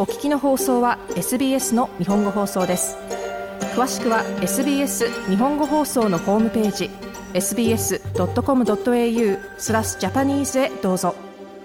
お聞きの放送は SBS の日本語放送です。詳しくは SBS 日本語放送のホームページ sbs.com.au/japanese へどうぞ。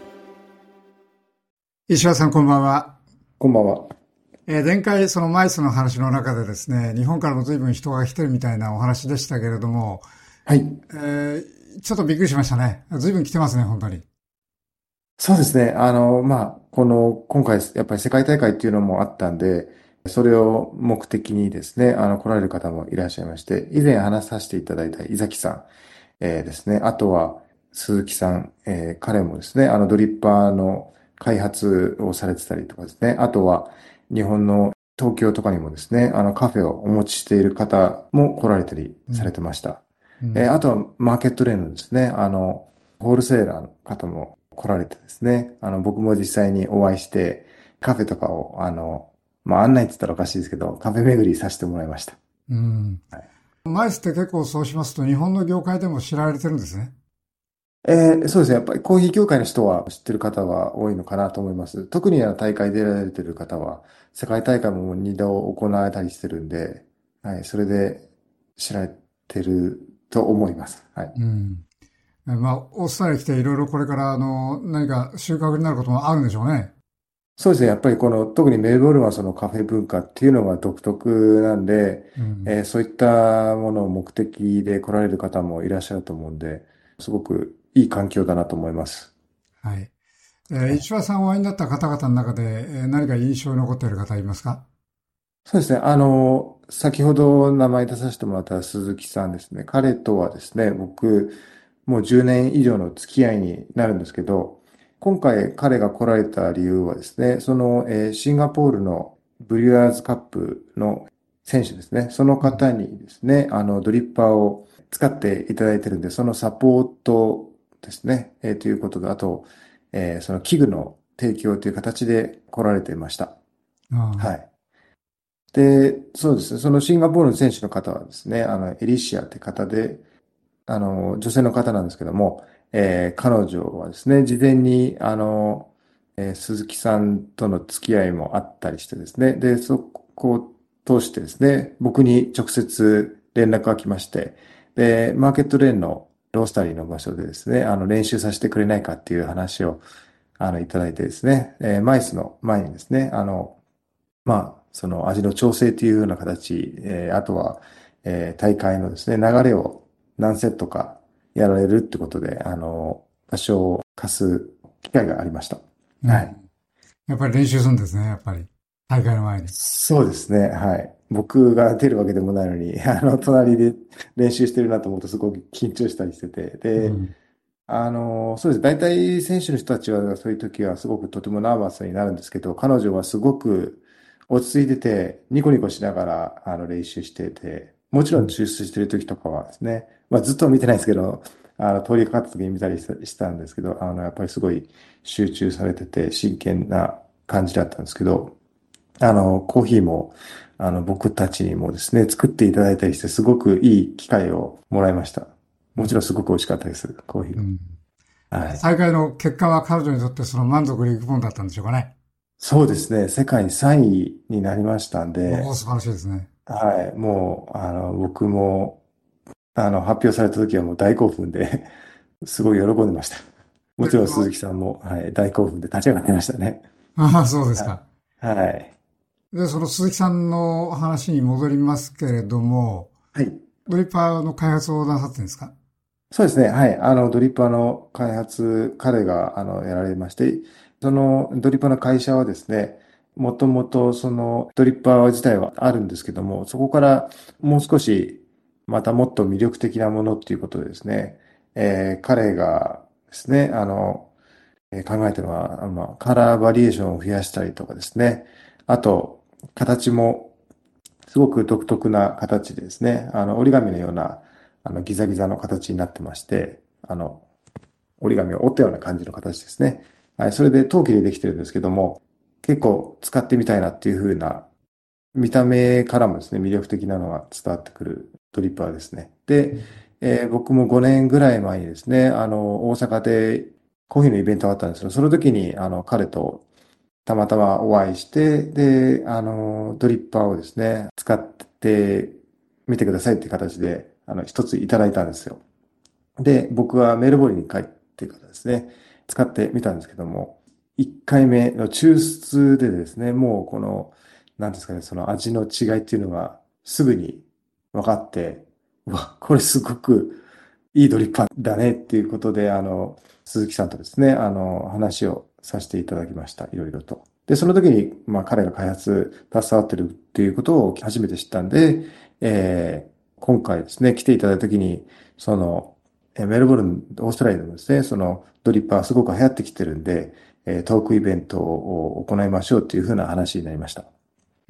石原さん、こんばんは。 こんばんは。 前回そのマイスの話の中でですね、日本からも随分人が来てるみたいなお話でしたけれども、 はい。 ちょっとびっくりしましたね。随分来てますね、本当に。 そうですね。今回、やっぱり世界大会っていうのもあったんで、それを目的にですね、来られる方もいらっしゃいまして、以前話させていただいた伊崎さん、ですね、あとは鈴木さん、彼もですね、ドリッパーの開発をされてたりとかですね、あとは日本の東京とかにもですね、カフェをお持ちしている方も来られたりされてました。あとはマーケットレーンのですね、ホールセーラーの方も来られてですね、僕も実際にお会いして、カフェとかを、案内って言ったらおかしいですけど、カフェ巡りさせてもらいました。 はい、マイスって結構そうしますと、日本の業界でも知られてるんですね。 そうですね。やっぱりコーヒー業界の人は知ってる方は多いのかなと思います。特に大会出られてる方は、世界大会も2度行われたりしてるんで、はい、それで知られてると思います。はい。 オーストラリア来ていろいろこれから何か収穫になることもあるんでしょうね。 そうですね。やっぱり特にメルボルンはそのカフェ文化っていうのが独特なんで、そういったものを目的で来られる方もいらっしゃると思うんで、すごくいい環境だなと思います。 はい。石破さんお会いになった方々の中で、何か印象に残っている方いますか？ そうですね。先ほど名前出させてもらった鈴木さんですね。彼とはですね、僕、もう10年以上の付き合いになるんですけど、今回彼が来られた理由はですね、シンガポールのブリュアーズカップの選手ですね。その方にですね、ドリッパーを使っていただいてるんで、そのサポートですね、ということで、あと、その器具の提供という形で来られていました。はい。で、そうですね。そのシンガポールの選手の方はですね、エリシアって方で、女性の方なんですけども、彼女はですね、事前に、鈴木さんとの付き合いもあったりしてですね、で、そこを通してですね、僕に直接連絡が来まして、で、マーケットレーンのロースタリーの場所でですね、練習させてくれないかっていう話を、いただいてですね、マイスの前にですね、その味の調整というような形、あとは、大会のですね、流れを何セットかやられるってことで、場所を貸す機会がありました。はい。 やっぱり練習するんですね、やっぱり。大会の前に。 そうですね、はい。僕が出るわけでもないのに、隣で練習してるなと思うとすごく緊張したりしてて、で、そうです。大体選手の人たちはそういう時はすごくとてもナーバスになるんですけど、彼女はすごく落ち着いてて、ニコニコしながら練習してて、もちろん抽出してる時とかはですね、ずっとは見てないですけど、通りかかった時に見たりしたんですけど、やっぱりすごい集中されてて真剣な感じだったんですけど、コーヒーも、僕たちにもですね、作っていただいたりして、すごくいい機会をもらいました。もちろんすごく美味しかったです、コーヒー。はい。 大会の結果は彼女にとってその満足にいくものだったんでしょうかね。 そうですね。世界3位になりましたんで、 素晴らしいですね。 はい。もう、僕も、発表された時はもう大興奮ですごい喜んでました。もで、 ちろん鈴木さんも、はい、大興奮で立ち上がってましたね。 そうですはい。 か。 はい。 で、その鈴木さんの話に戻りますけれども、 はい。 ドリッパーの開発をなさってるんですか？ そうですね。はい。ドリッパーの開発、彼が、やられまして、そのドリッパーの会社はですね、もともとそのドリッパー自体はあるんですけども、そこからもう少し、またもっと魅力的なものっていうことでですね、彼がですね、考えてるのは、カラーバリエーションを増やしたりとかですね、あと、形もすごく独特な形でですね、折り紙のような、ギザギザの形になってまして、折り紙を折ったような感じの形ですね。はい、それで陶器でできてるんですけども、結構使ってみたいなっていう風な、見た目からもですね、魅力的なのが伝わってくるドリッパーですね。で、僕も5年ぐらい前にですね、大阪でコーヒーのイベントがあったんですけど、その時に、彼とたまたまお会いして、で、ドリッパーをですね、使ってみてくださいっていう形で、一ついただいたんですよ。で、僕はメルボルンに帰ってからですね、使ってみたんですけども、1回目の抽出でですね、もうこの、なんですかね、その味の違いっていうのがすぐに分かって、うわ、これすごくいいドリッパーだねっていうことで、鈴木さんとですね、話をさせていただきました。いろいろと。で、その時に、まあ、彼が開発、携わってるっていうことを初めて知ったんで、今回ですね、来ていただいた時に、その、メルボルン、オーストラリアでもですね、そのドリッパーすごく流行ってきてるんで、トークイベントを行いましょうっていうふうな話になりました。 うん。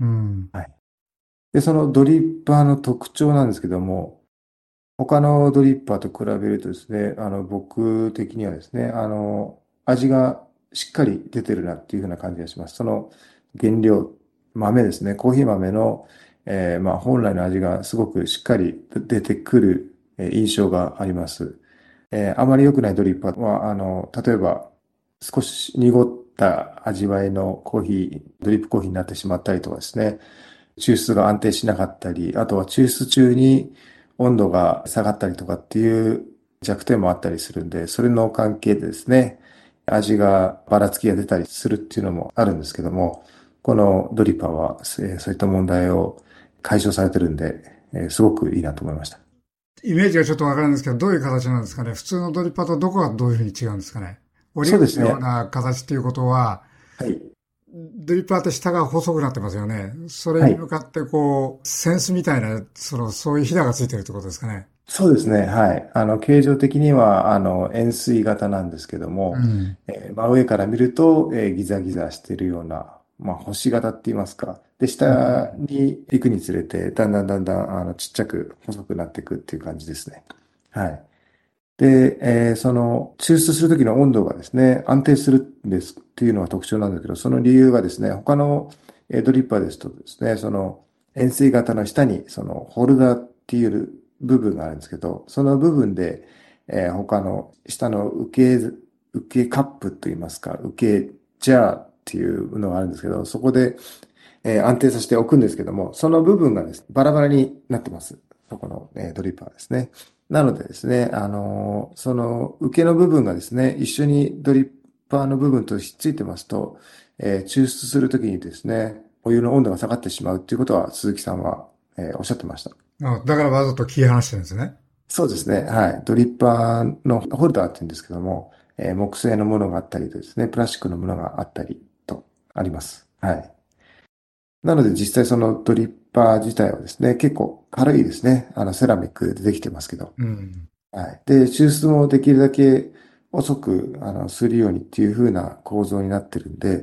はい。で、そのドリッパーの特徴なんですけども、他のドリッパーと比べるとですね、僕的にはですね、味がしっかり出てるなっていうふうな感じがします。その原料、豆ですね、コーヒー豆の、まあ、本来の味がすごくしっかり出てくる印象があります。あまり良くないドリッパーは、例えば少し濁った味わいのコーヒー、ドリップコーヒーになってしまったりとかですね、抽出が安定しなかったり、あとは抽出中に温度が下がったりとかっていう弱点もあったりするんで、それの関係でですね、味がばらつきが出たりするっていうのもあるんですけども、このドリッパーは、そういった問題を解消されてるんで、すごくいいなと思いました。 イメージがちょっとわからないんですけど、どういう形なんですかね。普通のドリッパーとどこがどういうふうに違うんですかね。折り紙のようそうですね。 な形っていうことは、 はい。 ドリッパーって下が細くなってますよね。それはい。 に向かってこう、センスみたいな、そういうひだがついてるってことですかね。 そうですね。はい。形状的には、円錐型なんですけども、 うん。 真上から見ると、ギザギザしているような、まあ、星型って言いますか。で、 う下ん。 に行くにつれて、だんだん、ちっちゃく、細くなっていくっていう感じですね。はい。で、その、抽出するときの温度がですね、安定するんですっていうのが特徴なんだけど、その理由がですね、他のドリッパーですとですね、その、円錐型の下に、その、ホルダーっていう部分があるんですけど、その部分で、他の下の受けカップといいますか、受けジャーっていうのがあるんですけど、そこで、安定させておくんですけども、その部分がですね、バラバラになってます。そこの、ドリッパーですね。なのでですね、その受けの部分がですね、一緒にドリッパーの部分とひっついてますと、抽出するときにですね、お湯の温度が下がってしまうっていうことは鈴木さんは、おっしゃってました。 あ、だからわざと切り離してるんですね。 そうですね。はい。ドリッパーのホルダーって言うんですけども、木製のものがあったりですね、プラスチックのものがあったりとあります。はい。なので実際そのドリッパー自体はですね、結構軽いですね。セラミックでできてますけど。 うん。 はい。で、抽出もできるだけ遅く、するようにっていう風な構造になってるんで、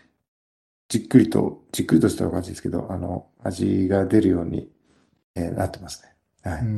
じっくりとしたおかしいですけど、味が出るように、なってますね。はい。 うん。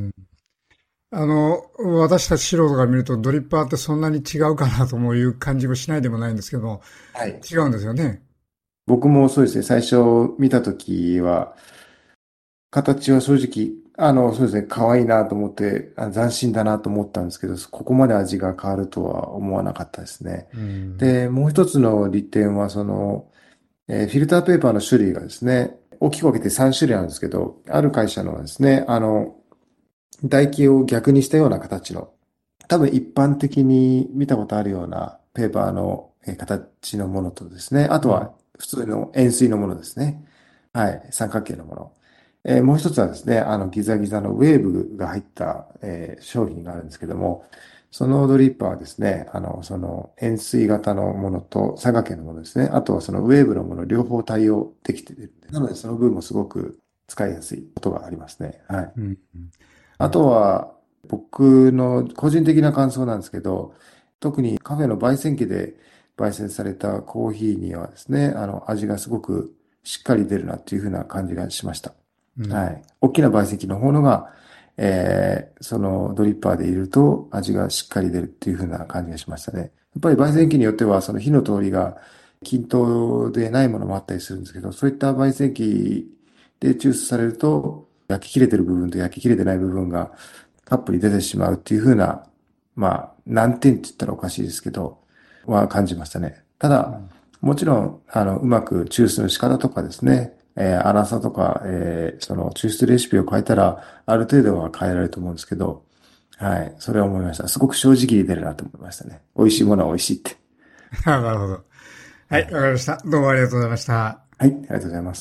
私たち素人が見るとドリッパーってそんなに違うかなともいう感じもしないでもないんですけども、 はい。 違うんですよね。 僕もそうですね、最初見たときは、形は正直、そうですね、可愛いなと思って、斬新だなと思ったんですけど、ここまで味が変わるとは思わなかったですね。 うん。 で、もう一つの利点は、その、フィルターペーパーの種類がですね、大きく分けて3種類あるんですけど、ある会社のはですね、台形を逆にしたような形の、多分一般的に見たことあるようなペーパーの形のものとですね、あとはうん。 普通の円錐のものですね。はい、三角形のもの。もう一つはですね、ギザギザのウェーブが入った、商品があるんですけども、そのドリッパーはですね、その円錐型のものと三角形のものですね、あとはそのウェーブのもの両方対応できているんで。なのでその分もすごく使いやすいことがありますね。はい。 うん。 あとは、僕の個人的な感想なんですけど、特にカフェの焙煎機で焙煎されたコーヒーにはですね、味がすごくしっかり出るなっていうふうな感じがしました。 うん。 はい。大きな焙煎機の方のが、そのドリッパーでいると味がしっかり出るっていうふうな感じがしましたね。やっぱり焙煎機によってはその火の通りが均等でないものもあったりするんですけど、そういった焙煎機で抽出されると焼き切れてる部分と焼き切れてない部分がカップに出てしまうっていうふうな、まあ難点って言ったらおかしいですけど、は感じましたね。ただ、 もちろん、うまく抽出の仕方とかですね、粗さとか、その抽出レシピを変えたら、ある程度は変えられると思うんですけど、はい。それは思いました。すごく正直に出るなと思いましたね。美味しいものは美味しいって。 なるほど。はい、わかりました。どうもありがとうございました。 はい、ありがとうございます。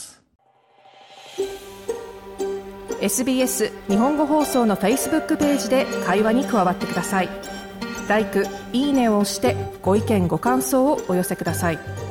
SBS 日本語放送の Facebook ページで会話に加わってください。LIKE、いいねを押してご意見ご感想をお寄せください。